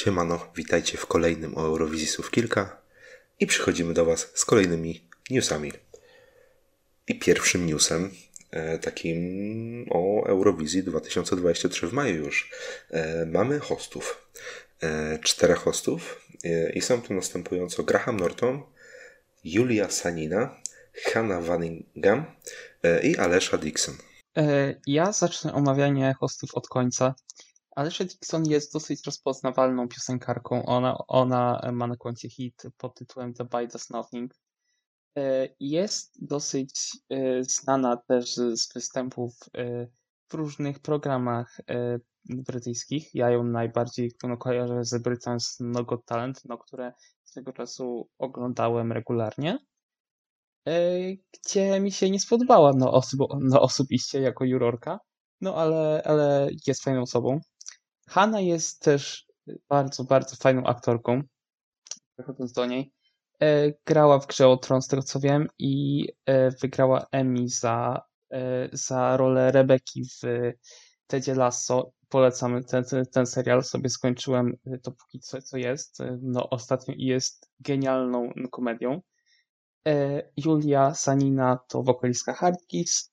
Siemano, witajcie w kolejnym o Eurowizji Słów Kilka i przychodzimy do Was z kolejnymi newsami. I pierwszym newsem, takim o Eurowizji 2023 w maju już, mamy hostów. 4 hostów i są to następująco Graham Norton, Julia Sanina, Hannah Waddingham i Alesha Dixon. Ja zacznę omawianie hostów od końca. Alesha Dixon jest dosyć rozpoznawalną piosenkarką. Ona ma na koncie hit pod tytułem The Bite Does Nothing. Jest dosyć znana też z występów w różnych programach brytyjskich. Ja ją najbardziej kojarzę z Britain's No Got Talent, które swego czasu oglądałem regularnie, gdzie mi się nie spodobała osobiście jako jurorka, ale jest fajną osobą. Hannah jest też bardzo, bardzo fajną aktorką, przechodząc do niej. Grała w grze o Tron, z tego co wiem, i wygrała Emmy za rolę Rebeki w Tedzie Lasso. Polecam ten serial, sobie skończyłem to póki co jest. Ostatnio i jest genialną komedią. Julia Sanina to wokalistka Hard Kiss.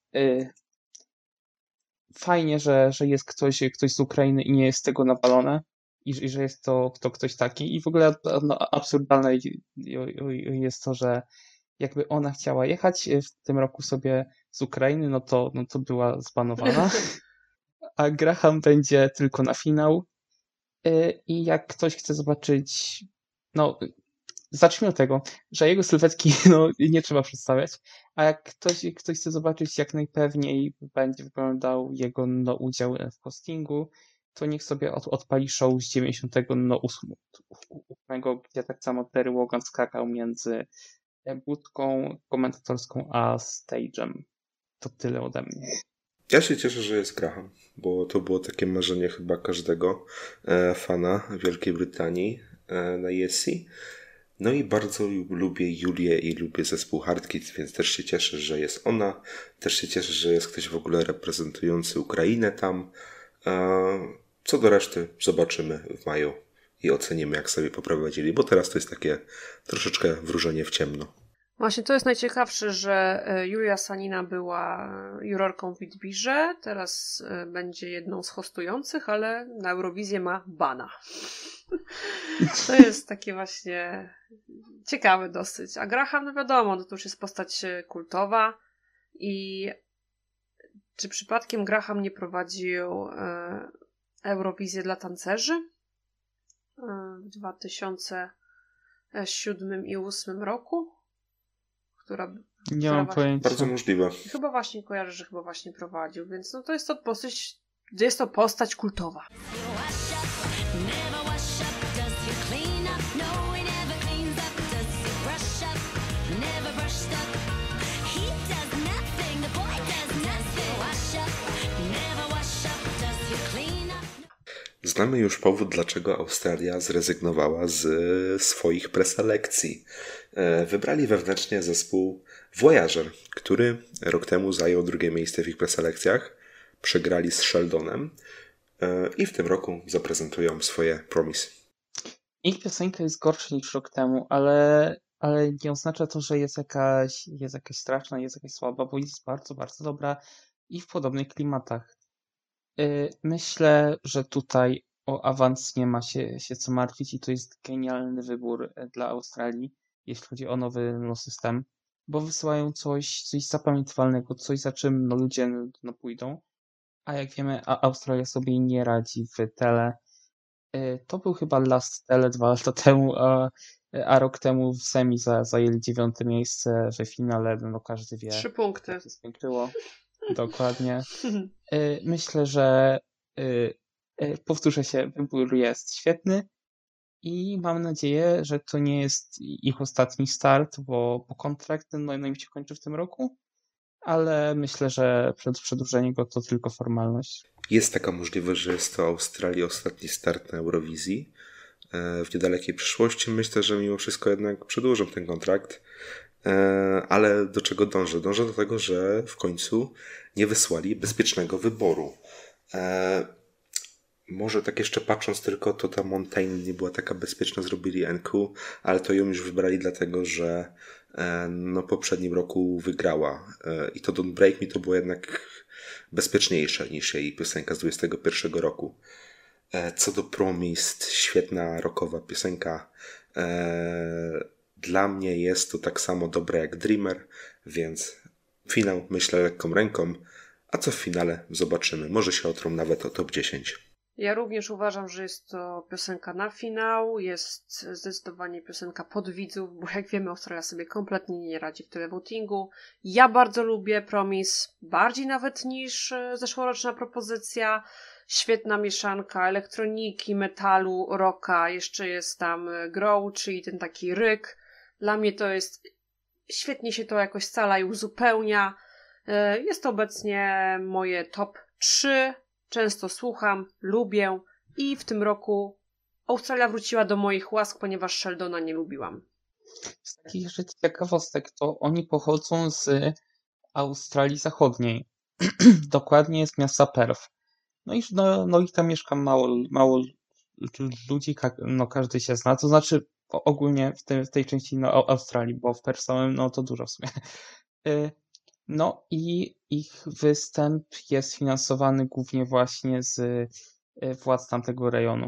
Fajnie, że jest ktoś z Ukrainy i nie jest z tego nawalone i że jest to ktoś taki. I w ogóle absurdalne jest to, że jakby ona chciała jechać w tym roku sobie z Ukrainy, no to była zbanowana. A Graham będzie tylko na finał. I jak ktoś chce zobaczyć, zacznijmy od tego, że jego sylwetki nie trzeba przedstawiać, a jak ktoś chce zobaczyć, jak najpewniej będzie wyglądał jego udział w castingu, to niech sobie odpali show z 98, gdzie tak samo Terry Wogan skakał między budką komentatorską a stage'em. To tyle ode mnie. Ja się cieszę, że jest Graham, bo to było takie marzenie chyba każdego fana Wielkiej Brytanii na ESC. No i bardzo lubię Julię i lubię zespół Hard Kiss, więc też się cieszę, że jest ona. Też się cieszę, że jest ktoś w ogóle reprezentujący Ukrainę tam. Co do reszty zobaczymy w maju i ocenimy, jak sobie poprowadzili, bo teraz to jest takie troszeczkę wróżenie w ciemno. Właśnie to jest najciekawsze, że Julia Sanina była jurorką w Witbirze, teraz będzie jedną z hostujących, ale na Eurowizję ma bana. To jest takie właśnie ciekawe dosyć. A Graham, wiadomo, to już jest postać kultowa i czy przypadkiem Graham nie prowadził Eurowizję dla tancerzy w 2007 i 2008 roku? Nie mam pojęcia. Bardzo możliwe. Chyba właśnie kojarzę, że chyba właśnie prowadził, więc to jest to postać kultowa. Znamy już powód, dlaczego Australia zrezygnowała z swoich preselekcji. Wybrali wewnętrznie zespół Voyager, który rok temu zajął 2. miejsce w ich preselekcjach. Przegrali z Sheldonem i w tym roku zaprezentują swoje Promise. Ich piosenka jest gorsza niż rok temu, ale nie oznacza to, że jest jakaś straszna, jest jakaś słaba, bo jest bardzo, bardzo dobra i w podobnych klimatach. Myślę, że tutaj o awans nie ma się co martwić i to jest genialny wybór dla Australii, jeśli chodzi o nowy system, bo wysyłają coś zapamiętywalnego, coś za czym ludzie pójdą, a jak wiemy, Australia sobie nie radzi w tele. To był chyba Last Tele 2 lata temu, a rok temu w semi zajęli 9. miejsce, w finale każdy wie, 3 punkty. jak się skończyło. Dokładnie. Myślę, że powtórzę się, wybór jest świetny i mam nadzieję, że to nie jest ich ostatni start, bo kontrakt im się kończy w tym roku, ale myślę, że przedłużenie go to tylko formalność. Jest taka możliwość, że jest to Australii ostatni start na Eurowizji w niedalekiej przyszłości. Myślę, że mimo wszystko jednak przedłużą ten kontrakt. Ale do czego dążę? Dążę do tego, że w końcu nie wysłali bezpiecznego wyboru. Może tak jeszcze patrząc tylko, to ta Montaigne nie była taka bezpieczna, zrobili NQ, ale to ją już wybrali dlatego, że no poprzednim roku wygrała. I to Don't Break Me to było jednak bezpieczniejsze niż jej piosenka z 21 roku. Co do Promised, świetna rockowa piosenka. Dla mnie jest to tak samo dobre jak Dreamer, więc finał myślę lekką ręką, a co w finale zobaczymy. Może się otrą nawet o top 10. Ja również uważam, że jest to piosenka na finał, jest zdecydowanie piosenka pod widzów, bo jak wiemy Australia sobie kompletnie nie radzi w televotingu. Ja bardzo lubię Promise, bardziej nawet niż zeszłoroczna propozycja. Świetna mieszanka elektroniki, metalu, rocka, jeszcze jest tam growl, czyli ten taki ryk. Dla mnie to jest, świetnie się to jakoś scala i uzupełnia. Jest to obecnie moje top 3. Często słucham, lubię i w tym roku Australia wróciła do moich łask, ponieważ Sheldona nie lubiłam. Z takich rzeczy ciekawostek to oni pochodzą z Australii Zachodniej. Dokładnie z miasta Perth. No i tam mieszka mało ludzi, no każdy się zna, to znaczy ogólnie w tej części Australii, bo w Perth samym no to dużo w sumie. No i ich występ jest finansowany głównie właśnie z władz tamtego rejonu.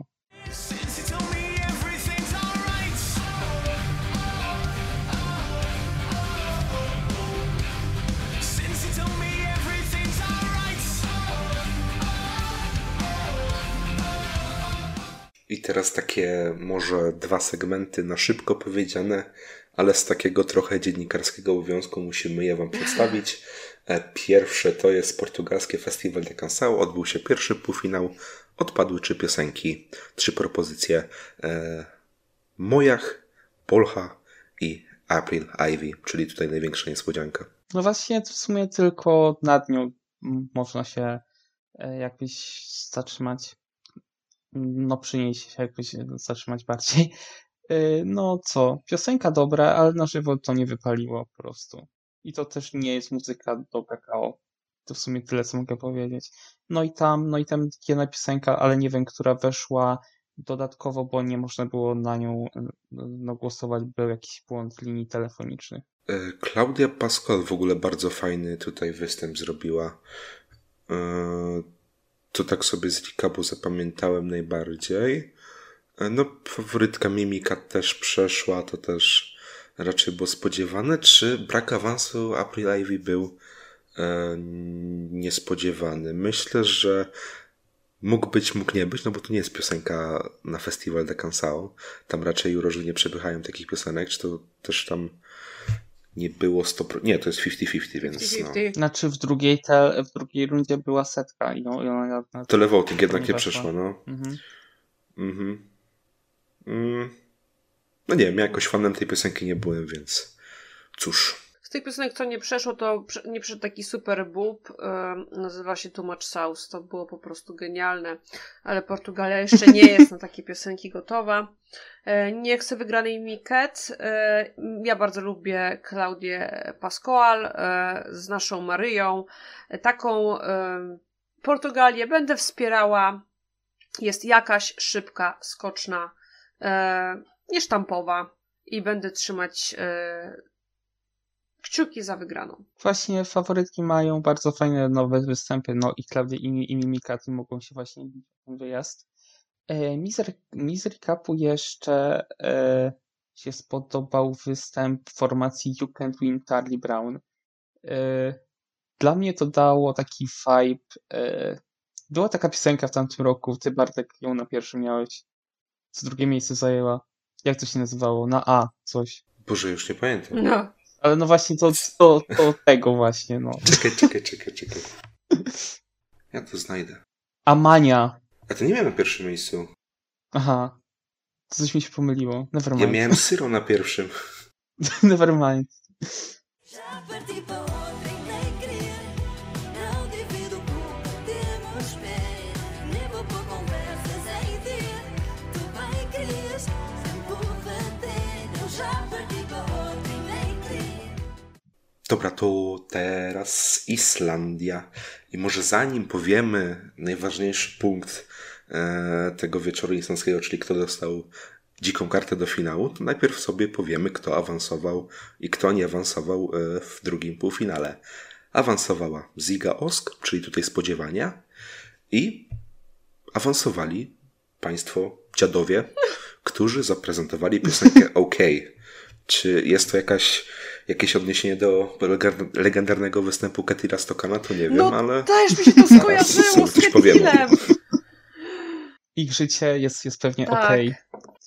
I teraz takie może 2 segmenty na szybko powiedziane, ale z takiego trochę dziennikarskiego obowiązku musimy je wam przedstawić. Pierwsze to jest portugalskie Festival de Canção. Odbył się pierwszy półfinał. Odpadły 3 piosenki, 3 propozycje. Mojach, Polha i April Ivy, czyli tutaj największa niespodzianka. No właśnie w sumie tylko nad nią można się jakoś zatrzymać. No przy niej się jakoś zatrzymać bardziej. No co, piosenka dobra, ale na żywo to nie wypaliło po prostu. I to też nie jest muzyka do kakao. To w sumie tyle, co mogę powiedzieć. No i tam jedna piosenka, ale nie wiem, która weszła dodatkowo, bo nie można było na nią głosować, był jakiś błąd linii telefonicznych. Claudia Pascual w ogóle bardzo fajny tutaj występ zrobiła. To tak sobie z recapu zapamiętałem najbardziej. No, faworytka Mimika też przeszła, to też raczej było spodziewane. Czy brak awansu April Ivy był niespodziewany? Myślę, że mógł być, mógł nie być, no bo to nie jest piosenka na Festival de Canção. Tam raczej jurorzy nie przepychają takich piosenek, czy to też tam nie było 100%. Nie, to jest 50-50, więc 50-50. No. Znaczy w drugiej rundzie była setka i ona televoting jednak nie przeszła, no. No nie wiem, ja jakoś fanem tej piosenki nie byłem, więc cóż. Z tych piosenek, co nie przeszło, to nie przyszedł taki super bób, nazywa się Too Much Sauce, to było po prostu genialne, ale Portugalia jeszcze nie jest na takie piosenki gotowa. Nie chcę wygranej Miket. Ja bardzo lubię Claudię Pascual z naszą Maryją. Taką Portugalię będę wspierała. Jest jakaś szybka, skoczna, niesztampowa i będę trzymać kciuki za wygraną. Właśnie faworytki mają bardzo fajne nowe występy, no i Klaudia i Mimikati mogą się właśnie bić w ten wyjazd. Mi z recapu jeszcze się spodobał występ formacji You Can't Win Charlie Brown. Dla mnie to dało taki vibe. Była taka piosenka w tamtym roku, ty Bartek ją na pierwszym miałeś. Co drugie miejsce zajęła. Jak to się nazywało? Na A coś. Boże, już nie pamiętam. No. Ale no właśnie to tego właśnie, no. Czekaj. Ja to znajdę. Amania. A to nie miałem na pierwszym miejscu. Aha. To coś mi się pomyliło. Nevermind. Ja miałem Syro na pierwszym. Nevermind. Dobra, to teraz Islandia. I może zanim powiemy najważniejszy punkt tego wieczoru islandzkiego, czyli kto dostał dziką kartę do finału, to najpierw sobie powiemy, kto awansował i kto nie awansował w drugim półfinale. Awansowała Ziga Osk, czyli tutaj spodziewania, i awansowali państwo dziadowie, którzy zaprezentowali piosenkę OK. Czy jest to jakieś odniesienie do legendarnego występu Kettila Stockana? To nie wiem, ale... Też mi się to skojarzyło z coś powiemy. Kettilem. Ich życie jest pewnie Tak. okej.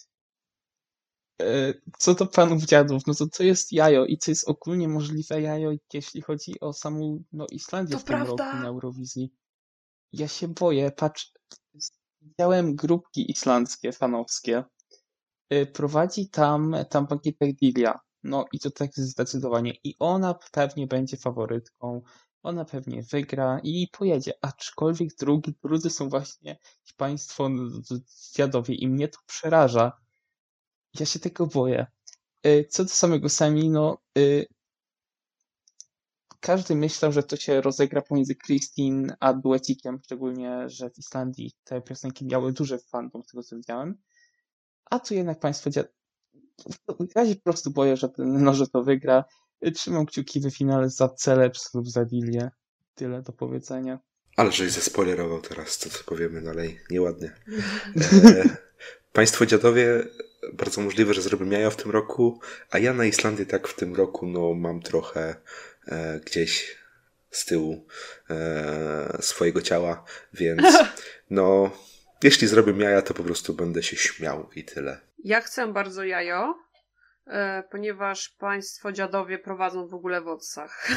Co do panów dziadów, no to jest jajo i to jest ogólnie możliwe jajo, jeśli chodzi o samą Islandię To w tym prawda. roku na Eurowizji. Ja się boję, widziałem grupki islandzkie, fanowskie. Prowadzi tam Wikipedia. No i to tak zdecydowanie. I ona pewnie będzie faworytką. Ona pewnie wygra i pojedzie. Aczkolwiek drudzy są właśnie państwo dziadowie i mnie to przeraża. Ja się tego boję. Co do samego Semi, każdy myślał, że to się rozegra pomiędzy Kristin a duecikiem, szczególnie, że w Islandii te piosenki miały duży fandom, z tego co widziałem. A tu jednak państwo ja się po prostu boję, że to wygra. Trzymam kciuki w finale za Celebs lub za Dilię. Tyle do powiedzenia. Ale żeś zaspoilerował teraz, co powiemy dalej. Nieładnie. Państwo dziadowie, bardzo możliwe, że zrobią jaja w tym roku, a ja na Islandię tak w tym roku mam trochę gdzieś z tyłu swojego ciała, więc jeśli zrobią jaja, to po prostu będę się śmiał i tyle. Ja chcę bardzo jajo, ponieważ państwo dziadowie prowadzą w ogóle w odsach.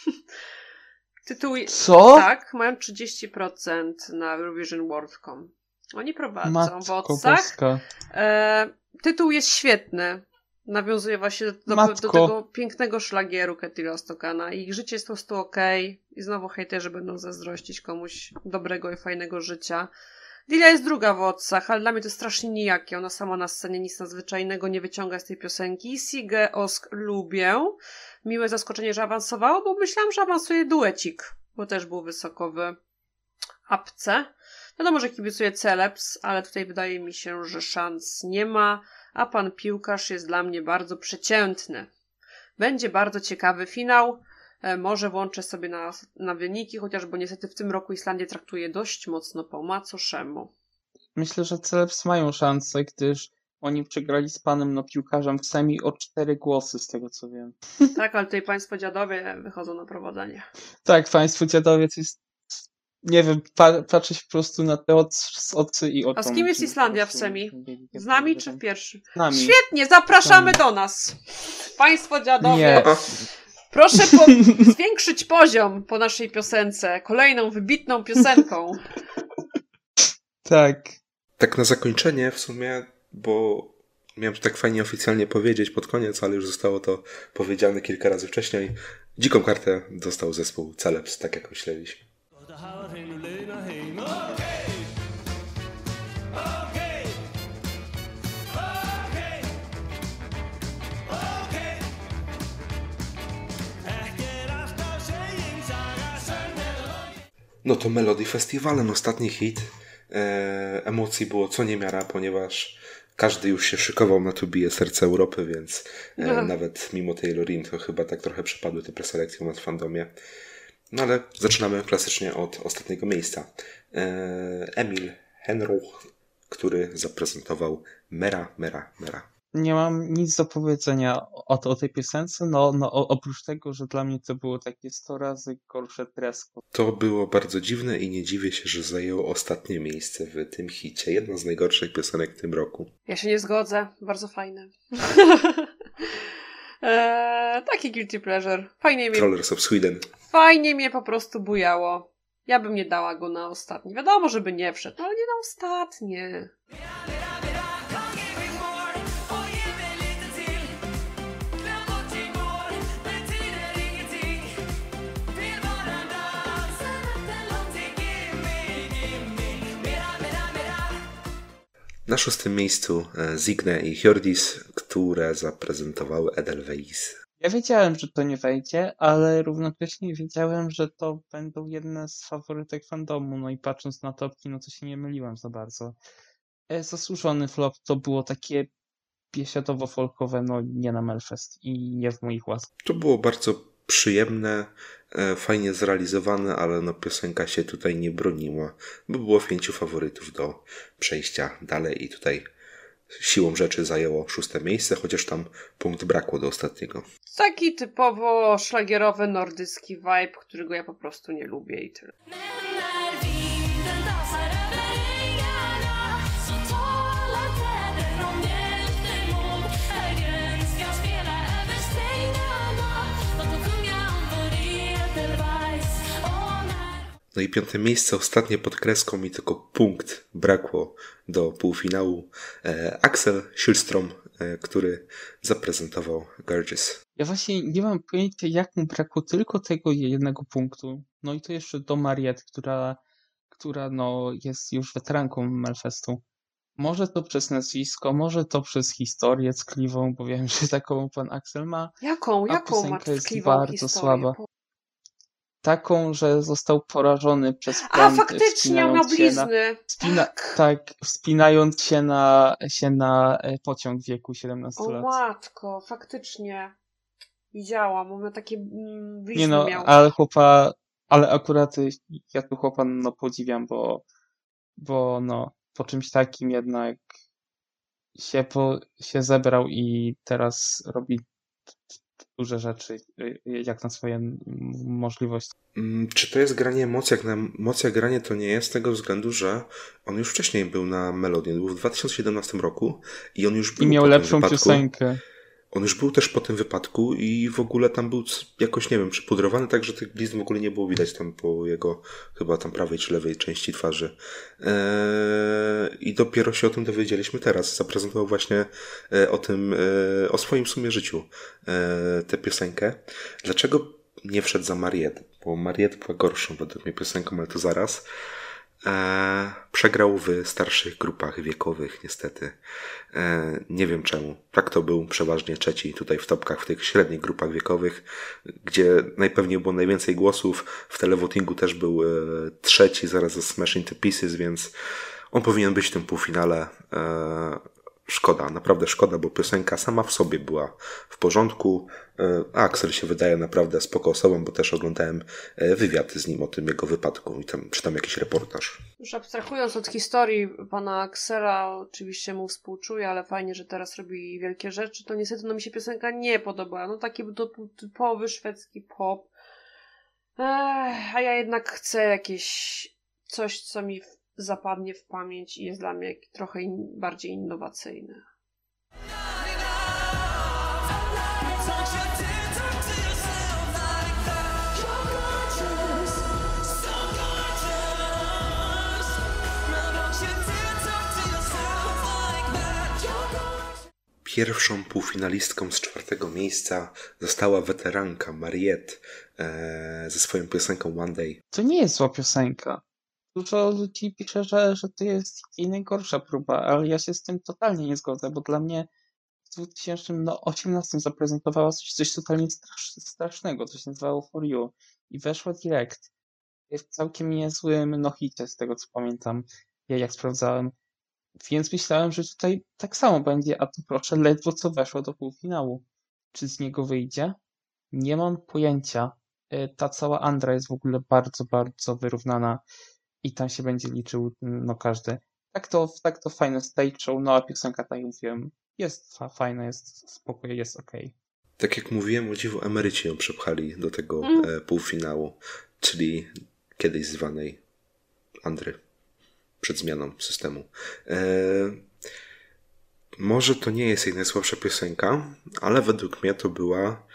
Tytuł... Co? Tak, mają 30% na Eurovision.com. Oni prowadzą w Matko odsach. Boska. Tytuł jest świetny. Nawiązuje właśnie do tego pięknego szlagieru Kettila Stockana. Ich życie jest po prostu okej. I znowu hejterzy będą zazdrościć komuś dobrego i fajnego życia. Dilia jest druga w odsach, ale dla mnie to jest strasznie nijakie. Ona sama na scenie nic nadzwyczajnego nie wyciąga z tej piosenki. Sigę Osk lubię. Miłe zaskoczenie, że awansowało, bo myślałam, że awansuje duecik, bo też był wysoko w apce. Wiadomo, że kibicuję Celebs, ale tutaj wydaje mi się, że szans nie ma, a pan piłkarz jest dla mnie bardzo przeciętny. Będzie bardzo ciekawy finał. Może włączę sobie na wyniki, chociażby niestety w tym roku Islandię traktuje dość mocno po macoszemu. Myślę, że Celebs mają szansę, gdyż oni przegrali z panem piłkarzem w semi o 4 głosy, z tego co wiem. Tak, ale tutaj państwo dziadowie wychodzą na prowadzenie. Tak, państwo dziadowie to jest... Nie wiem, patrzę się po prostu na te ocy i oczom. A z kim jest Islandia w semi? Z nami czy w pierwszym? Z nami. Świetnie, zapraszamy do nas. Państwo dziadowie. Nie. Proszę zwiększyć poziom po naszej piosence. Kolejną wybitną piosenką. Tak. Tak na zakończenie w sumie, bo miałem to tak fajnie oficjalnie powiedzieć pod koniec, ale już zostało to powiedziane kilka razy wcześniej. Dziką kartę dostał zespół Celebs, tak jak myśleliśmy. No to Melody Festivalem, ostatni hit. Emocji było co niemiara, ponieważ każdy już się szykował na to bije serce Europy, więc nawet mimo Taylor Rin to chyba tak trochę przepadły te preselekcje nad fandomie. No ale zaczynamy klasycznie od ostatniego miejsca. Emil Henruch, który zaprezentował Mera, Mera, Mera. Nie mam nic do powiedzenia o tej piosence, oprócz tego, że dla mnie to było takie 100 razy gorsze tresko. To było bardzo dziwne i nie dziwię się, że zajęło ostatnie miejsce w tym hicie. Jedna z najgorszych piosenek w tym roku. Ja się nie zgodzę. Bardzo fajne. Taki guilty pleasure. Trollers of Sweden. Fajnie mnie po prostu bujało. Ja bym nie dała go na ostatni. Wiadomo, żeby nie wszedł, ale nie na ostatnie. Na 6. miejscu Zigne i Hjordis, które zaprezentowały Edelweiss. Ja wiedziałem, że to nie wejdzie, ale równocześnie wiedziałem, że to będą jedne z faworytek fandomu. No i patrząc na topki, no to się nie myliłem za bardzo. Zasłużony flop to było takie biesiadowo-folkowe, no nie na Melfest i nie w moich łaskach. To było bardzo przyjemne, fajnie zrealizowane, ale no piosenka się tutaj nie broniła, bo było 5 faworytów do przejścia dalej i tutaj siłą rzeczy zajęło 6. miejsce, chociaż tam punkt brakło do ostatniego. Taki typowo szlagierowy nordycki vibe, którego ja po prostu nie lubię i tyle. No i 5. miejsce, ostatnie pod kreską i tylko punkt brakło do półfinału. Axel Kjellström, który zaprezentował Gorgeous. Ja właśnie nie mam pojęcia, jak mu brakło tylko tego jednego punktu. No i to jeszcze do Mariette, która no jest już weteranką Melfestu. Może to przez nazwisko, może to przez historię ckliwą, bo wiem, że taką pan Axel ma. Jaką piosenka masz jest tkliwą bardzo historię? słaba. Taką, że został porażony przez A, plan, faktycznie, on miał blizny. wspinając się na pociąg w wieku 17 O lat. matko, faktycznie. Widziałam, on miał takie blizny Nie no, miał. ale akurat ja tu chłopa no podziwiam, bo no po czymś takim jednak się zebrał i teraz robi duże rzeczy, jak na swoje możliwości. Czy to jest granie emocji? Jak na emocja granie to nie jest z tego względu, że on już wcześniej był na Melodię, był w 2017 roku i on już był I miał po lepszą tym wypadku. piosenkę. On już był też po tym wypadku i w ogóle tam był jakoś, nie wiem, przypudrowany, tak, że tych blizn w ogóle nie było widać tam po jego chyba tam prawej czy lewej części twarzy. I dopiero się o tym dowiedzieliśmy teraz. Zaprezentował właśnie o swoim w sumie życiu tę piosenkę. Dlaczego nie wszedł za Mariette? Bo Mariette była gorszą według mnie piosenką, ale to zaraz. Przegrał w starszych grupach wiekowych niestety. Nie wiem czemu. Tak to był przeważnie trzeci tutaj w topkach, w tych średnich grupach wiekowych, gdzie najpewniej było najwięcej głosów. W televotingu też był trzeci zaraz ze Smash Into Pieces, więc on powinien być w tym półfinale. Szkoda, naprawdę szkoda, bo piosenka sama w sobie była w porządku. Axel się wydaje naprawdę spoko osobą, bo też oglądałem wywiad z nim o tym jego wypadku i tam czytam jakiś reportaż. Już abstrahując od historii pana Axela, oczywiście mu współczuję, ale fajnie, że teraz robi wielkie rzeczy, to niestety mi się piosenka nie podobała. No taki był typowy szwedzki pop. A ja jednak chcę jakieś coś, co mi zapadnie w pamięć i jest dla mnie trochę bardziej innowacyjne. Pierwszą półfinalistką z 4. miejsca została weteranka Mariette ze swoją piosenką One Day. To nie jest zła piosenka. Dużo ludzi pisze, że to jest jej najgorsza próba, ale ja się z tym totalnie nie zgodzę, bo dla mnie w 2018 zaprezentowała coś totalnie strasznego, co się nazywało For You i weszła direct. Jest całkiem niezłym no-hicie, z tego co pamiętam, jak sprawdzałem. Więc myślałem, że tutaj tak samo będzie, a tu proszę, ledwo co weszło do półfinału. Czy z niego wyjdzie? Nie mam pojęcia. Ta cała Andra jest w ogóle bardzo, bardzo wyrównana i tam się będzie liczył no każdy. Tak to fajne stage show, no a piosenka, tak jak mówiłem, jest fajna, jest spokojna, jest okej. Tak jak mówiłem, o dziwo emeryci ją przepchali do tego półfinału, czyli kiedyś zwanej Andry przed zmianą systemu. Może to nie jest jej najsłabsza piosenka, ale według mnie to była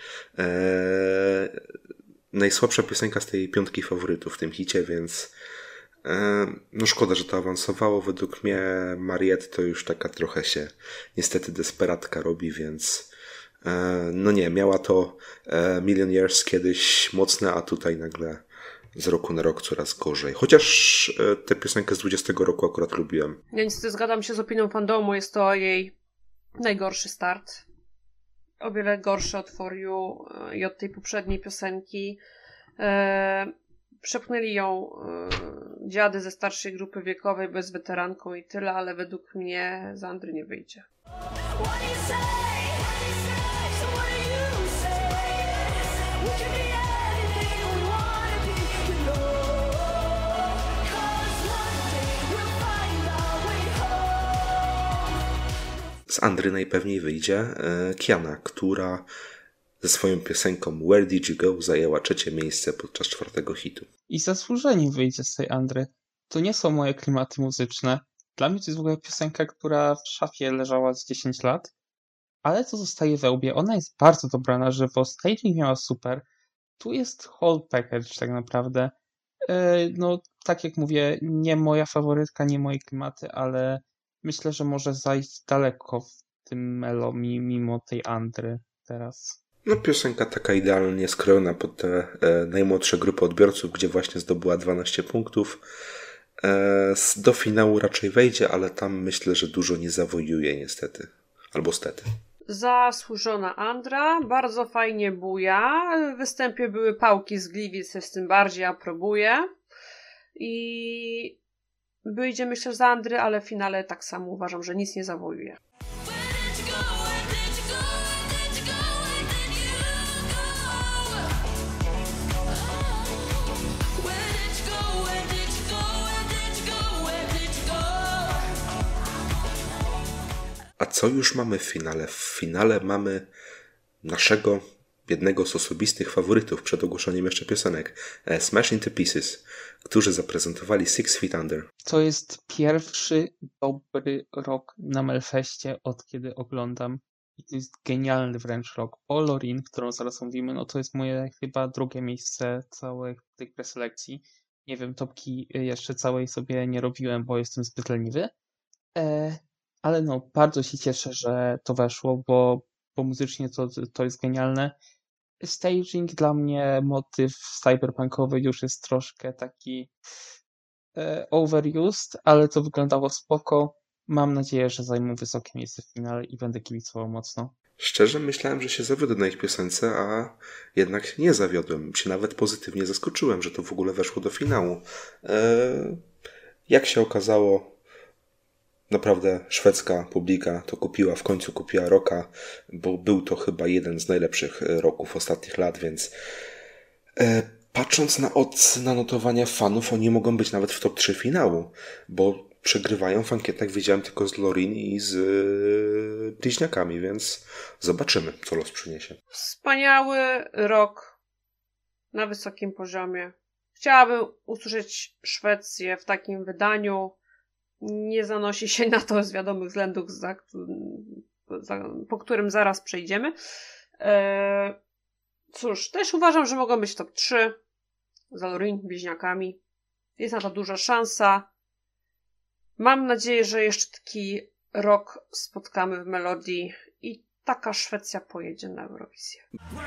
najsłabsza piosenka z tej 5 faworytów w tym hicie, więc no szkoda, że to awansowało. Według mnie Mariette to już taka trochę się niestety desperatka robi, więc no nie, miała to Million Years kiedyś mocne, a tutaj nagle z roku na rok coraz gorzej. Chociaż tę piosenkę z 20 roku akurat lubiłem. Ja niestety zgadzam się z opinią fandomu, jest to jej najgorszy start. o wiele gorsze od For You i od tej poprzedniej piosenki. Przepchnęli ją dziady ze starszej grupy wiekowej, bez weteranką i tyle, ale według mnie z Andry nie wyjdzie. Z Andry najpewniej wyjdzie Kiana, która ze swoją piosenką Where Did You Go zajęła 3. miejsce podczas 4. hitu. I zasłużenie wyjdzie z tej Andry. To nie są moje klimaty muzyczne. Dla mnie to jest w ogóle piosenka, która w szafie leżała z 10 lat, ale to zostaje we łbie. Ona jest bardzo dobra na żywo. Staging miała super. Tu jest whole package tak naprawdę. No, tak jak mówię, nie moja faworytka, nie moje klimaty, ale myślę, że może zajść daleko w tym melo mimo tej Andry teraz. No, piosenka taka idealnie skrojona pod te najmłodsze grupy odbiorców, gdzie właśnie zdobyła 12 punktów. Do finału raczej wejdzie, ale tam myślę, że dużo nie zawojuje niestety. Albo stety. Zasłużona Andra, bardzo fajnie buja. W występie były pałki z Gliwic, z tym bardziej aprobuję. I wyjdzie myślę z Andry, ale w finale tak samo uważam, że nic nie zawojuje. A co już mamy w finale? W finale mamy naszego jednego z osobistych faworytów przed ogłoszeniem jeszcze piosenek, Smash Into Pieces, którzy zaprezentowali Six Feet Under. To jest pierwszy dobry rok na Melfeście, od kiedy oglądam. I to jest genialny wręcz rok. O Loreen, którą zaraz omówimy, no to jest moje chyba drugie miejsce całej tej preselekcji. Nie wiem, topki jeszcze całej sobie nie robiłem, bo jestem zbyt leniwy. Ale no, bardzo się cieszę, że to weszło, bo muzycznie to jest genialne. Staging dla mnie, motyw cyberpunkowy już jest troszkę taki overused, ale to wyglądało spoko. Mam nadzieję, że zajmą wysokie miejsce w finale i będę kibicował mocno. Szczerze myślałem, że się zawiodę na ich piosence, a jednak się nie zawiodłem. Się nawet pozytywnie zaskoczyłem, że to w ogóle weszło do finału. Jak się okazało, naprawdę szwedzka publika to kupiła, w końcu kupiła rocka, bo był to chyba jeden z najlepszych rocków ostatnich lat, więc patrząc na notowania fanów, oni mogą być nawet w top 3 finału, bo przegrywają w ankietach, widziałem tylko z Loreen i z bliźniakami, więc zobaczymy, co los przyniesie. Wspaniały rok na wysokim poziomie. Chciałabym usłyszeć Szwecję w takim wydaniu. Nie zanosi się na to z wiadomych względów, po którym zaraz przejdziemy. Cóż, też uważam, że mogą być top 3 za Loreen, bliźniakami. Jest na to duża szansa. Mam nadzieję, że jeszcze taki rok spotkamy w Melodii i taka Szwecja pojedzie na Eurowizję.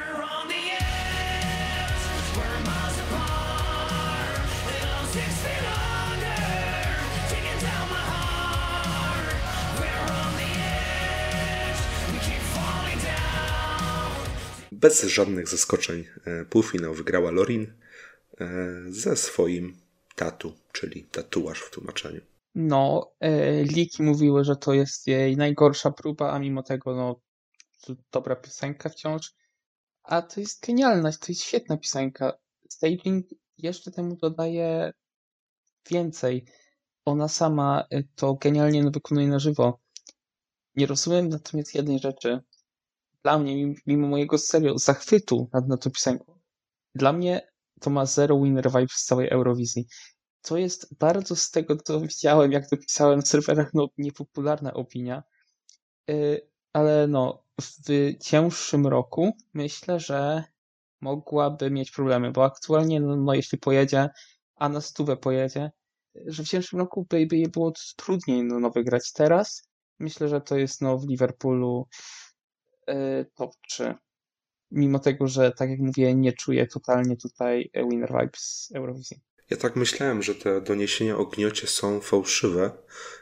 Bez żadnych zaskoczeń półfinał wygrała Loreen ze swoim tatu, czyli tatuaż w tłumaczeniu. No, liki mówiły, że to jest jej najgorsza próba, a mimo tego, no, to dobra piosenka wciąż. A to jest genialna, to jest świetna piosenka. Staging jeszcze temu dodaje więcej. Ona sama to genialnie wykonuje na żywo. Nie rozumiem natomiast jednej rzeczy. Dla mnie, mimo mojego serio zachwytu nad tą piosenką, dla mnie to ma zero winner vibes z całej Eurowizji. To jest bardzo z tego, co widziałem, jak dopisałem na serwerach, no niepopularna opinia, ale no w cięższym roku myślę, że mogłaby mieć problemy, bo aktualnie no jeśli pojedzie, a na 100 pojedzie, że w cięższym roku by jej było trudniej no wygrać. Teraz myślę, że to jest no w Liverpoolu top 3. Mimo tego, że tak jak mówię, nie czuję totalnie tutaj winner vibes Eurowizji. Ja tak myślałem, że te doniesienia o gniocie są fałszywe,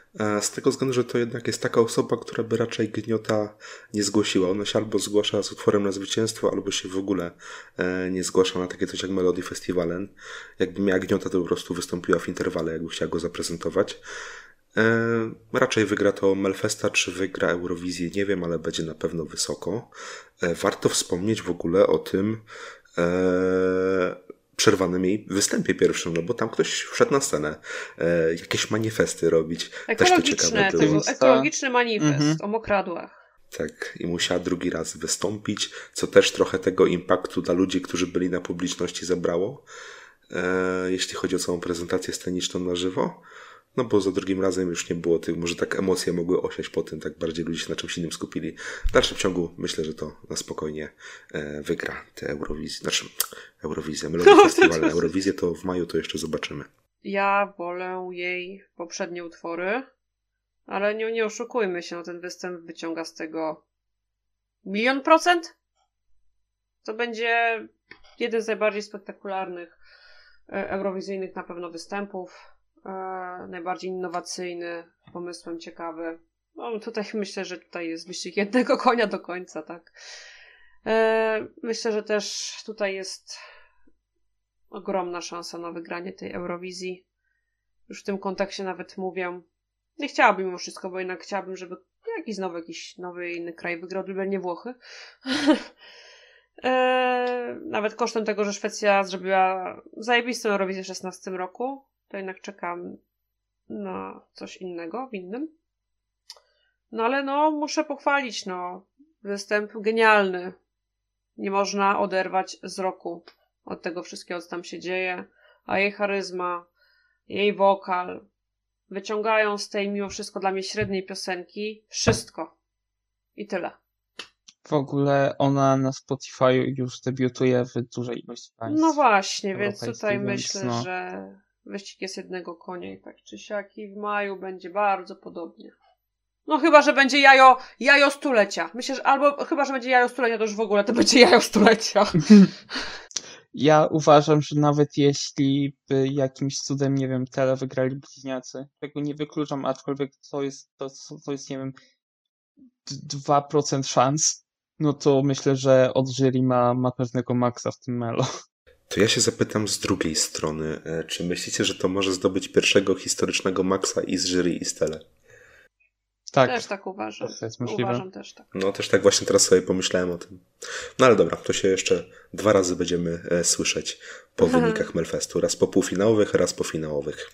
Z tego względu, że to jednak jest taka osoba, która by raczej Gniota nie zgłosiła. Ona się albo zgłasza z utworem na zwycięstwo, albo się w ogóle nie zgłasza na takie coś jak Melody Festivalen. Jakby miała Gniota, to po prostu wystąpiła w interwale, jakby chciała go zaprezentować. Raczej wygra to Melfesta, czy wygra Eurowizję, nie wiem, ale będzie na pewno wysoko. Warto wspomnieć w ogóle o tym przerwanym jej występie pierwszym, no bo tam ktoś wszedł na scenę jakieś manifesty robić. Też to ciekawe było. Ekologiczny manifest o mokradłach. Tak, i musiała drugi raz wystąpić, co też trochę tego impaktu dla ludzi, którzy byli na publiczności zabrało, jeśli chodzi o całą prezentację sceniczną na żywo. No bo za drugim razem już nie było tych, może tak emocje mogły osiać po tym, tak bardziej ludzie się na czymś innym skupili. W dalszym ciągu myślę, że to na spokojnie wygra te Eurowizję, Melody Festival, Eurowizję to w maju to jeszcze zobaczymy. Ja wolę jej poprzednie utwory, ale nie oszukujmy się, no ten występ wyciąga z tego 1,000,000%. To będzie jeden z najbardziej spektakularnych eurowizyjnych na pewno występów. Najbardziej innowacyjny, pomysłem ciekawy. No, tutaj myślę, że tutaj jest wyścig jednego konia do końca, tak. Myślę, że też tutaj jest ogromna szansa na wygranie tej Eurowizji. Już w tym kontekście nawet mówię. Nie chciałabym mimo wszystko, bo jednak chciałabym, żeby jakiś nowy inny kraj wygrał, gdyby nie Włochy. Nawet kosztem tego, że Szwecja zrobiła zajebistą Eurowizję w 2016 roku. To jednak czekam na coś innego w innym. No ale muszę pochwalić, występ genialny. Nie można oderwać wzroku od tego wszystkiego, co tam się dzieje, a jej charyzma, jej wokal wyciągają z tej mimo wszystko dla mnie średniej piosenki wszystko. I tyle. W ogóle ona na Spotify już debiutuje w dużej ilości państw. No właśnie, więc tutaj myślę, że wyścig jest jednego konia i tak czy siak i w maju będzie bardzo podobnie. No chyba, że będzie jajo stulecia. Myślę, że chyba, że będzie jajo stulecia, to już w ogóle to będzie jajo stulecia. Ja uważam, że nawet jeśli by jakimś cudem, nie wiem, Tele wygrali bliźniacy, tego nie wykluczam, aczkolwiek to jest, nie wiem, 2% szans, no to myślę, że od jury ma pewnego maksa w tym melo. To ja się zapytam z drugiej strony, czy myślicie, że to może zdobyć pierwszego historycznego maksa i z jury i z Tele? Tak. Też tak uważam. To jest możliwe. Uważam też tak. No też tak właśnie teraz sobie pomyślałem o tym. No ale dobra, to się jeszcze 2 razy będziemy słyszeć po wynikach Melfestu. Raz po półfinałowych, raz po finałowych.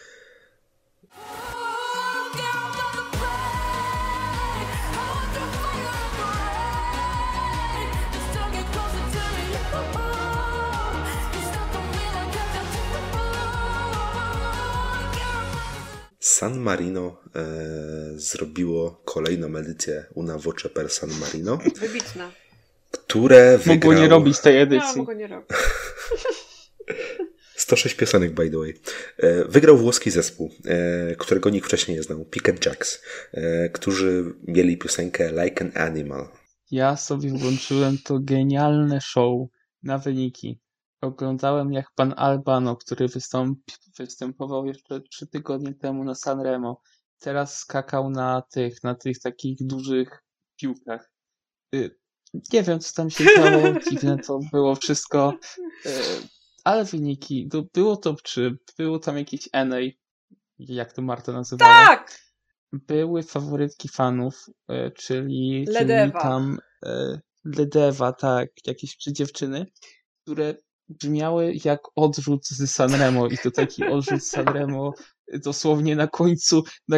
San Marino zrobiło kolejną edycję Una Voce per San Marino. Wybitne. Które wygrał... Mogło nie robić tej edycji. No, mogło nie robić. 106 piosenek, by the way. Wygrał włoski zespół, którego nikt wcześniej nie znał, Picket Jacks, którzy mieli piosenkę Like an Animal. Ja sobie włączyłem to genialne show na wyniki. Oglądałem jak pan Albano, który występował jeszcze 3 tygodnie temu na Sanremo. Teraz skakał na tych takich dużych piłkach. Nie wiem, co tam się działo, dziwne to było wszystko. Ale wyniki, było top 3, było tam jakieś NA, jak to Marta nazywała. Tak! Były faworytki fanów, czyli Ledeva. tam Ledeva, tak, jakieś 3 dziewczyny, które brzmiały jak odrzut z Sanremo i to taki odrzut z Sanremo dosłownie na końcu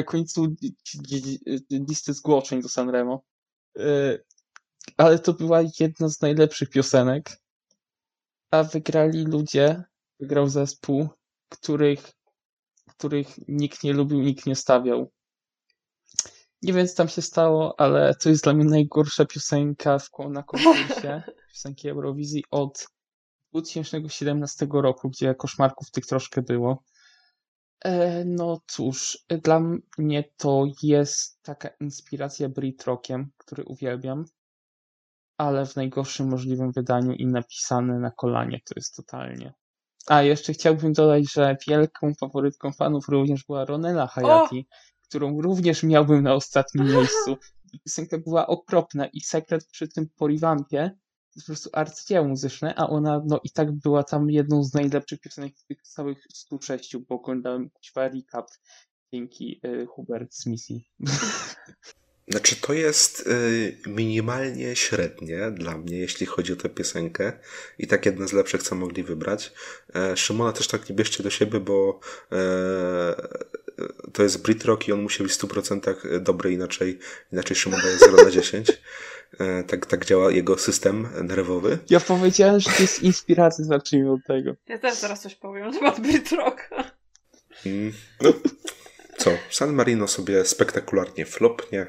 listy zgłoszeń do Sanremo. Ale to była jedna z najlepszych piosenek, a wygrał zespół, których nikt nie lubił, nikt nie stawiał. Nie wiem, co tam się stało, ale to jest dla mnie najgorsza piosenka na konkursie piosenki Eurowizji od 2017 roku, gdzie koszmarków tych troszkę było. No cóż, dla mnie to jest taka inspiracja Brit Rockiem, który uwielbiam, ale w najgorszym możliwym wydaniu i napisane na kolanie to jest totalnie. A jeszcze chciałbym dodać, że wielką faworytką fanów również była Ronela Hayati, którą również miałbym na ostatnim miejscu. Piosenka była okropna i Sekret przy tym po revampie to jest po prostu arcydzieło muzyczne, a ona no i tak była tam jedną z najlepszych piosenek z tych całych 106, bo oglądałem recap dzięki Hubert Smithy. Znaczy to jest minimalnie średnie dla mnie, jeśli chodzi o tę piosenkę i tak jedna z lepszych, co mogli wybrać. Szymona też tak nie bierzcie do siebie, bo to jest Brit Rock i on musi być w 100% dobry, inaczej Szymon daje 0 na 10. Tak działa jego system nerwowy. Ja powiedziałem, że to jest inspiracja, zacznijmy od tego. Ja też zaraz coś powiem na temat Brit Rocka. No, co? San Marino sobie spektakularnie flopnie.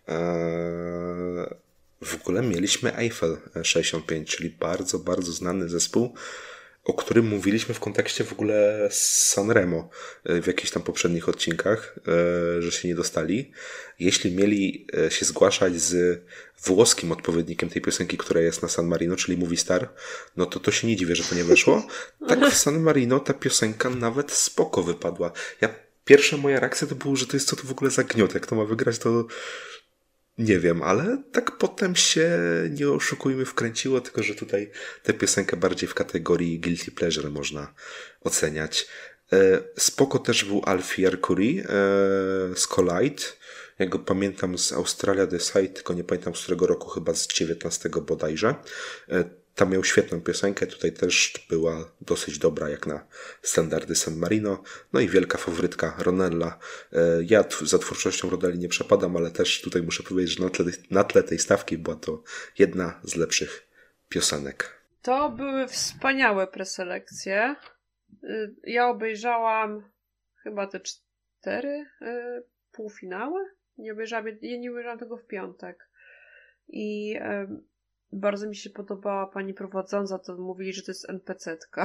W ogóle mieliśmy Eiffel 65, czyli bardzo, bardzo znany zespół, o którym mówiliśmy w kontekście w ogóle Sanremo w jakichś tam poprzednich odcinkach, że się nie dostali. Jeśli mieli się zgłaszać z włoskim odpowiednikiem tej piosenki, która jest na San Marino, czyli Movistar, no to się nie dziwię, że to nie wyszło. Tak w San Marino ta piosenka nawet spoko wypadła. Pierwsza moja reakcja to było, że to jest co to w ogóle za gniot, jak to ma wygrać, to nie wiem, ale tak potem się, nie oszukujmy, wkręciło, tylko że tutaj tę piosenkę bardziej w kategorii guilty pleasure można oceniać. Spoko też był Alfie Arcuri z Collide. Ja go pamiętam z Australia The Side, tylko nie pamiętam z którego roku, chyba z 19 bodajże. Tam miał świetną piosenkę, tutaj też była dosyć dobra jak na standardy San Marino. No i wielka faworytka Ronella. Ja za twórczością Ronelli nie przepadam, ale też tutaj muszę powiedzieć, że na tle tej stawki była to jedna z lepszych piosenek. To były wspaniałe preselekcje. Ja obejrzałam chyba te 4 półfinały. Ja nie obejrzałam tego w piątek. I bardzo mi się podobała pani prowadząca, to mówili, że to jest NPC-tka.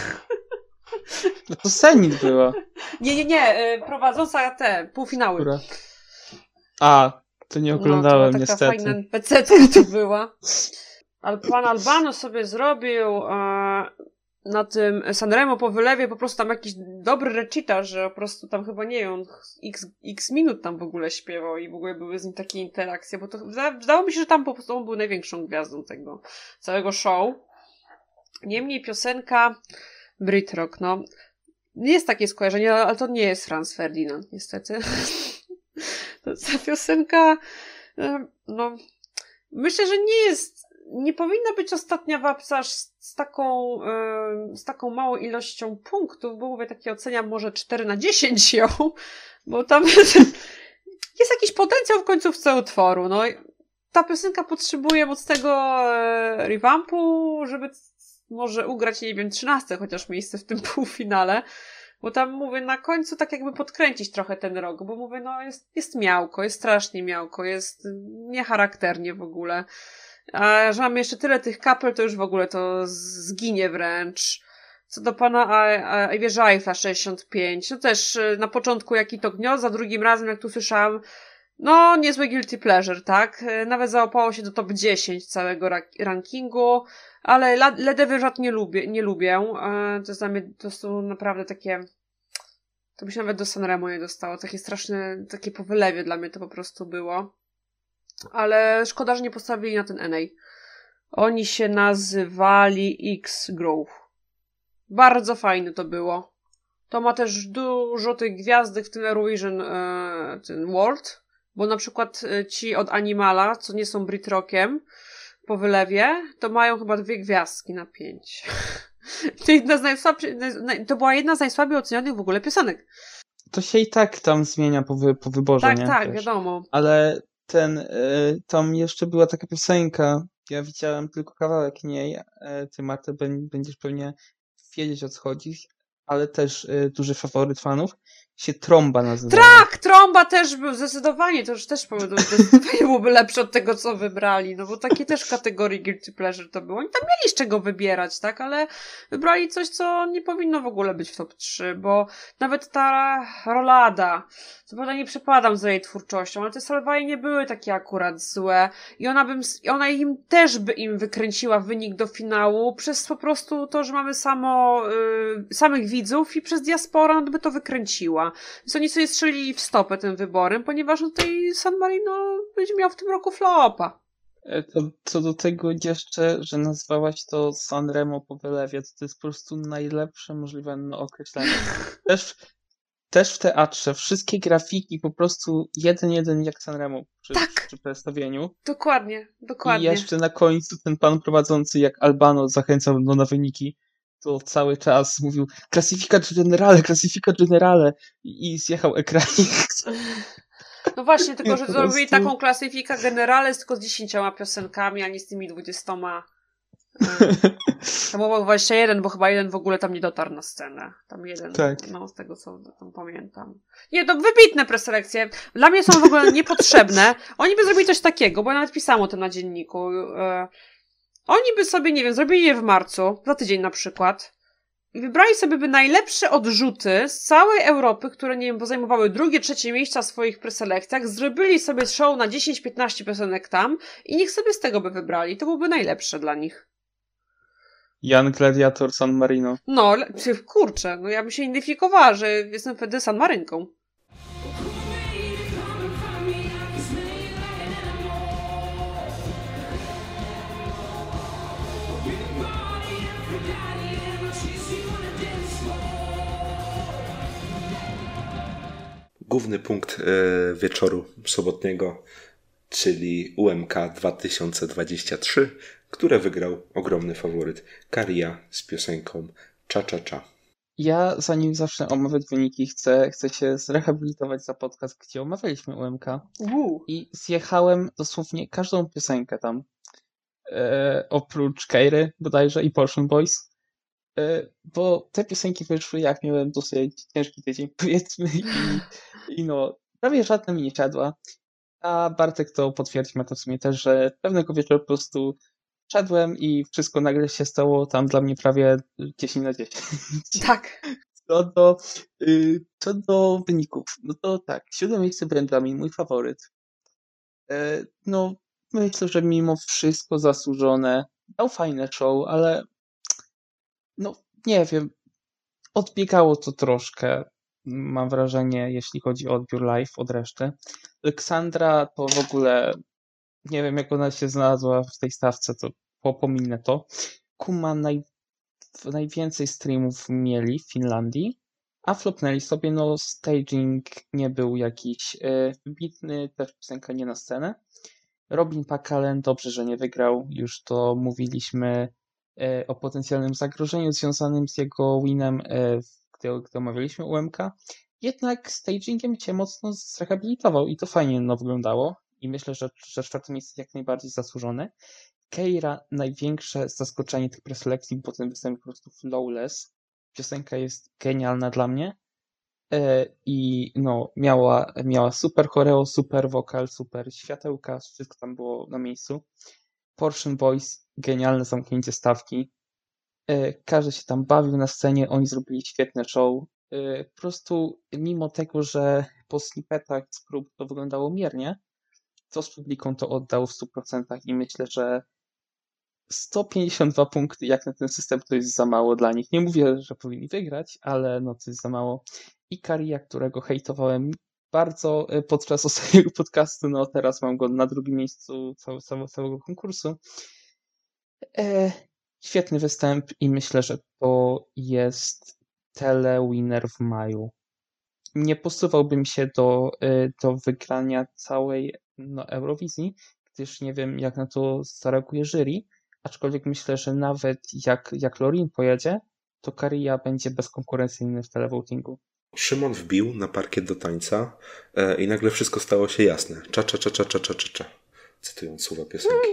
No to Senit była. Nie, prowadząca te półfinały. Która? To nie oglądałem, to niestety. Taka fajna NPC-tka to była. Ale pan Albano sobie zrobił na tym Sanremo po wylewie po prostu tam jakiś dobry recita, że po prostu tam chyba, nie wiem, x minut tam w ogóle śpiewał i w ogóle były z nim takie interakcje, bo to wydało mi się, że tam po prostu on był największą gwiazdą tego całego show. Niemniej piosenka Brit Rock, no nie jest takie skojarzenie, ale to nie jest Franz Ferdinand, niestety. Ta piosenka, no myślę, że nie powinna być ostatnia wapsa z taką małą ilością punktów, bo mówię, takie oceniam może 4 na 10 ją, bo tam jest jakiś potencjał w końcówce utworu. No, ta piosenka potrzebuje mocnego revampu, żeby może ugrać, nie wiem, 13 chociaż miejsce w tym półfinale, bo tam mówię, na końcu tak jakby podkręcić trochę ten rok, bo mówię, no jest miałko, jest strasznie miałko, jest niecharakternie w ogóle. A że mamy jeszcze tyle tych kapel, to już w ogóle to zginie wręcz. Co do pana Wieży Eiffla 65, no też na początku jaki to gniot, za drugim razem jak tu słyszałam, no niezłe guilty pleasure, tak? Nawet załapało się do top 10 całego rankingu, ale Le Devejout nie lubię. To jest dla mnie, to są naprawdę takie, to by się nawet do Sanremo nie dostało, takie straszne, takie po wylewie dla mnie to po prostu było. Ale szkoda, że nie postawili na ten NA. Oni się nazywali X-Groove. Bardzo fajne to było. To ma też dużo tych gwiazdek w tym Eurovision ten World, bo na przykład ci od Animala, co nie są Brit Rockiem po wylewie, to mają chyba 2 gwiazdki na 5. To była jedna z najsłabiej ocenionych w ogóle piosenek. To się i tak tam zmienia po wyborze, tak, nie? Tak, Też. wiadomo. Ale tam jeszcze była taka piosenka, ja widziałem tylko kawałek niej, ty Marta będziesz pewnie wiedzieć, o co chodzi, ale też duży faworyt fanów, się Tromba nazywa. Tak, Tromba też był, zdecydowanie, to już też zdecydowanie byłoby lepsze od tego, co wybrali, no bo takie też w kategorii guilty pleasure to było. Oni tam mieli z czego wybierać, tak, ale wybrali coś, co nie powinno w ogóle być w top 3, bo nawet ta Rolada, co prawda nie przepadam za jej twórczością, ale te Salvaje nie były takie akurat złe i ona im też by im wykręciła wynik do finału przez po prostu to, że mamy samych widzów i przez diasporę by to wykręciła. wygrała. Więc oni sobie strzelili w stopę tym wyborem, ponieważ tutaj San Marino będzie miał w tym roku flopa. Co do tego jeszcze, że nazwałaś to Sanremo po wylewie, to jest po prostu najlepsze możliwe określenie. Też w teatrze wszystkie grafiki po prostu jeden jak Sanremo przy przedstawieniu. Dokładnie. I jeszcze na końcu ten pan prowadzący jak Albano zachęcał na wyniki, to cały czas mówił klasyfikat generale i zjechał ekranik. No właśnie, tylko że po zrobili prostu... taką klasyfikę generale tylko z 10 piosenkami, a nie z tymi 20. Tam było 21, bo chyba jeden w ogóle tam nie dotarł na scenę. Tam jeden, no z tego co tam pamiętam. Nie, to wybitne preselekcje. Dla mnie są w ogóle niepotrzebne. Oni by zrobili coś takiego, bo ja nawet pisałam o tym na dzienniku. Oni by sobie, nie wiem, zrobili je w marcu, za tydzień na przykład. I wybrali sobie by najlepsze odrzuty z całej Europy, które, nie wiem, bo zajmowały drugie, trzecie miejsca w swoich preselekcjach, zrobili sobie show na 10-15 piosenek tam i niech sobie z tego by wybrali. To byłoby najlepsze dla nich. Jan Gladiator San Marino. No, kurczę, no ja bym się identyfikowała, że jestem wtedy San Marynką. Główny punkt wieczoru sobotniego, czyli UMK 2023, które wygrał ogromny faworyt Kariya z piosenką Cha Cha Cha. Ja, zanim zacznę omawiać wyniki, chcę się zrehabilitować za podcast, gdzie omawialiśmy UMK. I zjechałem dosłownie każdą piosenkę tam. Oprócz Keiry bodajże i Portion Boys. Bo te piosenki wyszły, jak miałem dosyć ciężki tydzień, powiedzmy, i no, prawie żadna mi nie siadła. A Bartek to potwierdzi, ma to w sumie też, że pewnego wieczoru po prostu szedłem i wszystko nagle się stało tam dla mnie prawie 10 na 10. Tak. Co do wyników, no to tak, 7 miejsce Benjamin, mój faworyt. No, myślę, że mimo wszystko zasłużone. Dał fajne show, ale no, nie wiem, odbiegało to troszkę, mam wrażenie, jeśli chodzi o odbiór live od reszty. Aleksandra to w ogóle, nie wiem jak ona się znalazła w tej stawce, to pominę to. Kuma najwięcej streamów mieli w Finlandii, a flopnęli sobie, no staging nie był jakiś wybitny, też piosenka nie na scenę. Robin Pakalen, dobrze, że nie wygrał, już to mówiliśmy o potencjalnym zagrożeniu związanym z jego winem, gdy omawialiśmy UMK. Jednak stagingiem cię mocno zrehabilitował i to fajnie wyglądało. I myślę, że czwarte miejsce jak najbardziej zasłużone. Keira, największe zaskoczenie tych preselekcji, bo ten występ po prostu flawless. Piosenka jest genialna dla mnie. I no, miała super choreo, super wokal, super światełka, wszystko tam było na miejscu. Portion Boys, genialne zamknięcie stawki. Każdy się tam bawił na scenie, oni zrobili świetne show. Po prostu mimo tego, że po snippetach z prób to wyglądało miernie, to z publiką to oddał w 100% i myślę, że 152 punkty jak na ten system to jest za mało dla nich. Nie mówię, że powinni wygrać, ale no to jest za mało. I Kariya, którego hejtowałem bardzo podczas ostatniego podcastu, no teraz mam go na drugim miejscu całego konkursu. Świetny występ i myślę, że to jest telewinner w maju. Nie posuwałbym się do wygrania całej Eurowizji, gdyż nie wiem jak na to zareaguje jury, aczkolwiek myślę, że nawet jak Loreen pojedzie, to Kariya będzie bezkonkurencyjny w televotingu. Szymon wbił na parkiet do tańca i nagle wszystko stało się jasne. Cha, cha, cha, cha, cha, cha, cha. Cytując słowa piosenki.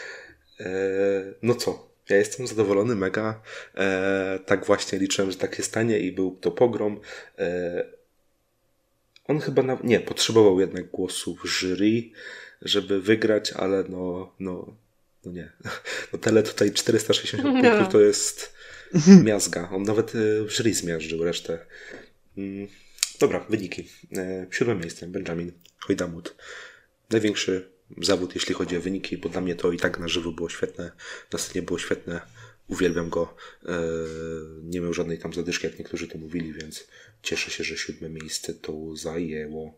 No co? Ja jestem zadowolony, mega. Tak właśnie liczyłem, że tak się stanie i był to pogrom. On chyba nie, potrzebował jednak głosów jury, żeby wygrać, ale no nie. No tyle tutaj 460 punktów to jest miazga. On nawet jury zmiażdżył resztę. Dobra, wyniki. 7 miejsce Benjamin Hojdamut. Największy zawód, jeśli chodzi o wyniki, bo dla mnie to i tak na żywo było świetne, na scenie było świetne. Uwielbiam go. Nie miał żadnej tam zadyszki, jak niektórzy to mówili, więc cieszę się, że 7. miejsce to zajęło.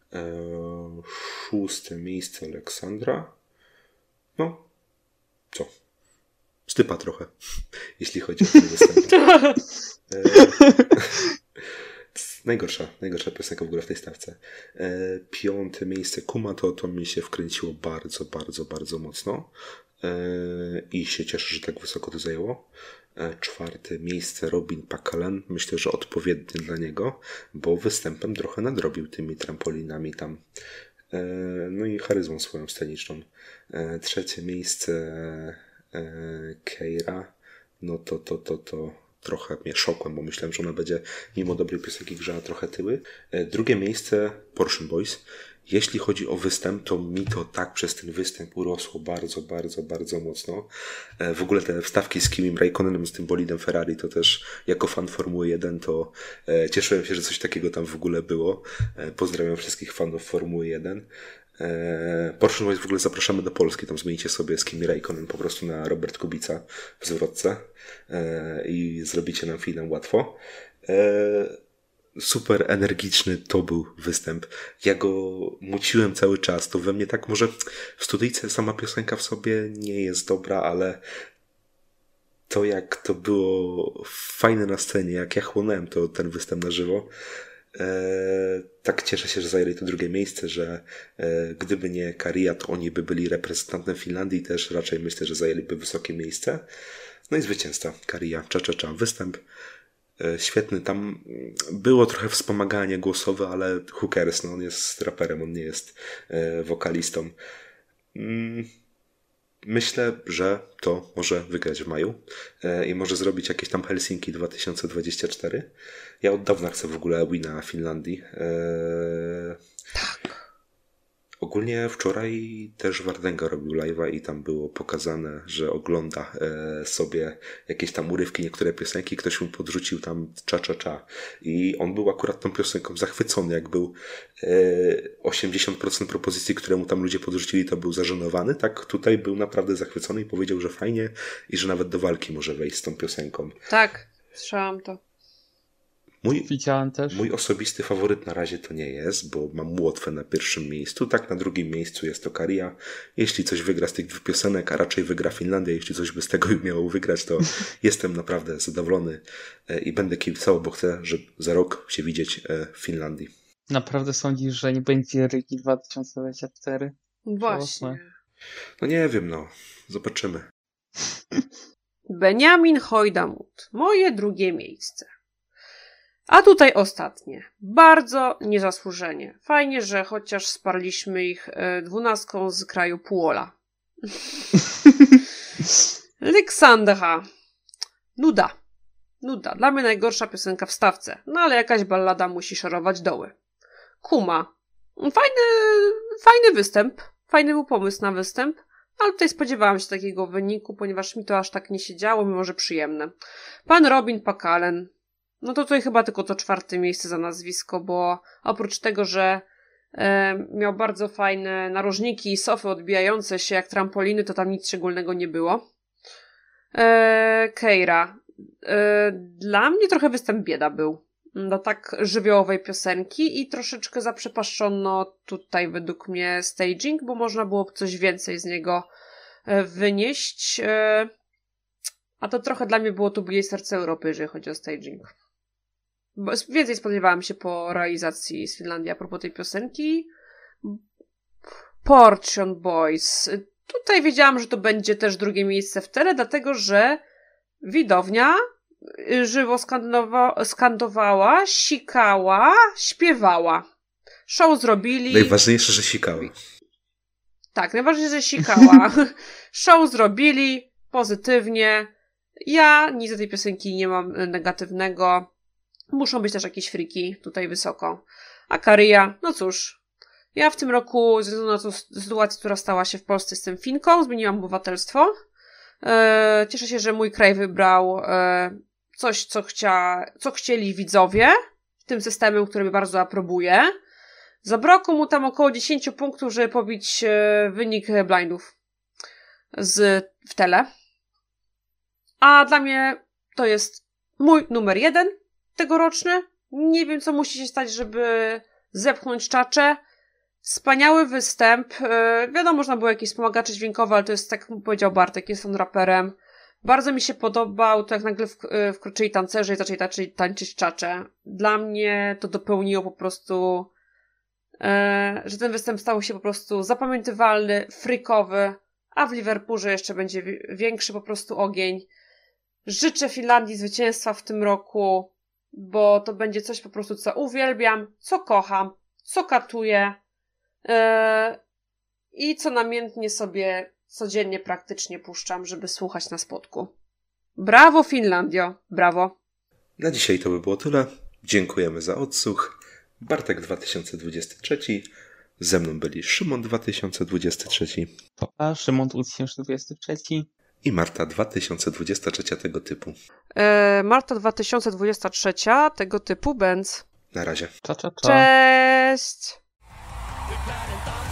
6. miejsce Aleksandra. No, co? Stypa trochę, jeśli chodzi o ten występ. Najgorsza piosenka w ogóle w tej stawce. 5. miejsce Kuma to mi się wkręciło bardzo, bardzo, bardzo mocno. I się cieszę, że tak wysoko to zajęło. 4. miejsce Robin Pakalen. Myślę, że odpowiednie dla niego, bo występem trochę nadrobił tymi trampolinami tam. No i charyzmą swoją sceniczną. 3. miejsce Keira. No to trochę mnie szokłem, bo myślałem, że ona będzie mimo dobrej piosenki grzała trochę tyły. 2. miejsce Portion Boys. Jeśli chodzi o występ, to mi to tak przez ten występ urosło bardzo, bardzo, bardzo mocno. W ogóle te wstawki z Kimim Raikkonenem, z tym bolidem Ferrari, to też jako fan Formuły 1 to cieszyłem się, że coś takiego tam w ogóle było. Pozdrawiam wszystkich fanów Formuły 1. Porsche Boys w ogóle zapraszamy do Polski, tam zmienicie sobie z Kimi Raikkonen po prostu na Robert Kubica w zwrotce i zrobicie nam finał łatwo. Super energiczny to był występ. Ja go muciłem cały czas. To we mnie tak, może w studyjce sama piosenka w sobie nie jest dobra, ale to jak to było fajne na scenie, jak ja chłonąłem to ten występ na żywo. Tak cieszę się, że zajęli to 2. miejsce, że gdyby nie Kariya, to oni by byli reprezentantem Finlandii, też raczej myślę, że zajęliby wysokie miejsce. No i zwycięzca Kariya, cza. Występ świetny, tam było trochę wspomaganie głosowe, ale who cares, no on jest raperem, on nie jest wokalistą. Myślę, że to może wygrać w maju i może zrobić jakieś tam Helsinki 2024. Ja od dawna chcę w ogóle wina Finlandii. Tak. Ogólnie wczoraj też Wardenga robił live'a i tam było pokazane, że ogląda sobie jakieś tam urywki, niektóre piosenki, ktoś mu podrzucił tam cza. I on był akurat tą piosenką zachwycony, jak był 80% propozycji, które mu tam ludzie podrzucili, to był zażenowany, tak tutaj był naprawdę zachwycony i powiedział, że fajnie i że nawet do walki może wejść z tą piosenką. Tak, słyszałam to. Widziałem też. Mój osobisty faworyt na razie to nie jest, bo mam Łotwę na 1. miejscu. Tak, na 2. miejscu jest to Kariya. Jeśli coś wygra z tych 2 piosenek, a raczej wygra Finlandia, jeśli coś by z tego miało wygrać, to jestem naprawdę zadowolony i będę kibicował, bo chcę, żeby za rok się widzieć w Finlandii. Naprawdę sądzisz, że nie będzie Ryki 2024? Właśnie. No nie wiem, no. Zobaczymy. Benjamin Hojdamut. Moje 2. miejsce. A tutaj ostatnie. Bardzo niezasłużenie. Fajnie, że chociaż sparliśmy ich 12 z kraju Puola. Aleksandra. Nuda. Dla mnie najgorsza piosenka w stawce. No ale jakaś ballada musi szorować doły. Kuma. Fajny występ. Fajny był pomysł na występ. Ale tutaj spodziewałam się takiego wyniku, ponieważ mi to aż tak nie się działo, mimo że przyjemne. Pan Robin Pakalen. No to tutaj chyba tylko to 4. miejsce za nazwisko, bo oprócz tego, że miał bardzo fajne narożniki i sofy odbijające się jak trampoliny, to tam nic szczególnego nie było. Keira. Dla mnie trochę występ bieda był. Do tak żywiołowej piosenki i troszeczkę zaprzepaszczono tutaj według mnie staging, bo można było coś więcej z niego wynieść. A to trochę dla mnie było tu bliżej serca Europy, jeżeli chodzi o staging. Bo więcej spodziewałam się po realizacji z Finlandii a propos tej piosenki. Portion Boys. Tutaj wiedziałam, że to będzie też 2. miejsce w tele, dlatego że widownia żywo skandowała, sikała, śpiewała. Show zrobili. Najważniejsze, że sikała. Tak, najważniejsze, że sikała. Show zrobili pozytywnie. Ja nic do tej piosenki nie mam negatywnego. Muszą być też jakieś friki tutaj wysoko. A Kariya, no cóż. Ja w tym roku, ze względu na tą sytuację, która stała się w Polsce, jestem Finką, zmieniłam obywatelstwo. Cieszę się, że mój kraj wybrał coś, co chcieli widzowie, tym systemem, który bardzo aprobuję. Zabrakło mu tam około 10 punktów, żeby pobić wynik blindów w tele. A dla mnie to jest mój numer 1 tegoroczny. Nie wiem, co musi się stać, żeby zepchnąć Chacze. Wspaniały występ. Wiadomo, można było jakieś wspomagacze dźwiękowe, ale to jest, tak jak powiedział Bartek, jest on raperem. Bardzo mi się podobał to, jak nagle wkroczyli tancerze i zaczęli tańczyć Chacze. Dla mnie to dopełniło po prostu, że ten występ stał się po prostu zapamiętywalny, freakowy, a w Liverpoolze jeszcze będzie większy po prostu ogień. Życzę Finlandii zwycięstwa w tym roku, bo to będzie coś po prostu, co uwielbiam, co kocham, co katuję i co namiętnie sobie codziennie praktycznie puszczam, żeby słuchać na spotku. Brawo Finlandio, brawo. Na dzisiaj to by było tyle. Dziękujemy za odsłuch. Bartek 2023. Ze mną byli Szymon 2023. A Szymon 2023. I Marta 2023 tego typu. Marta 2023 tego typu Benz. Na razie. Cza. Cześć!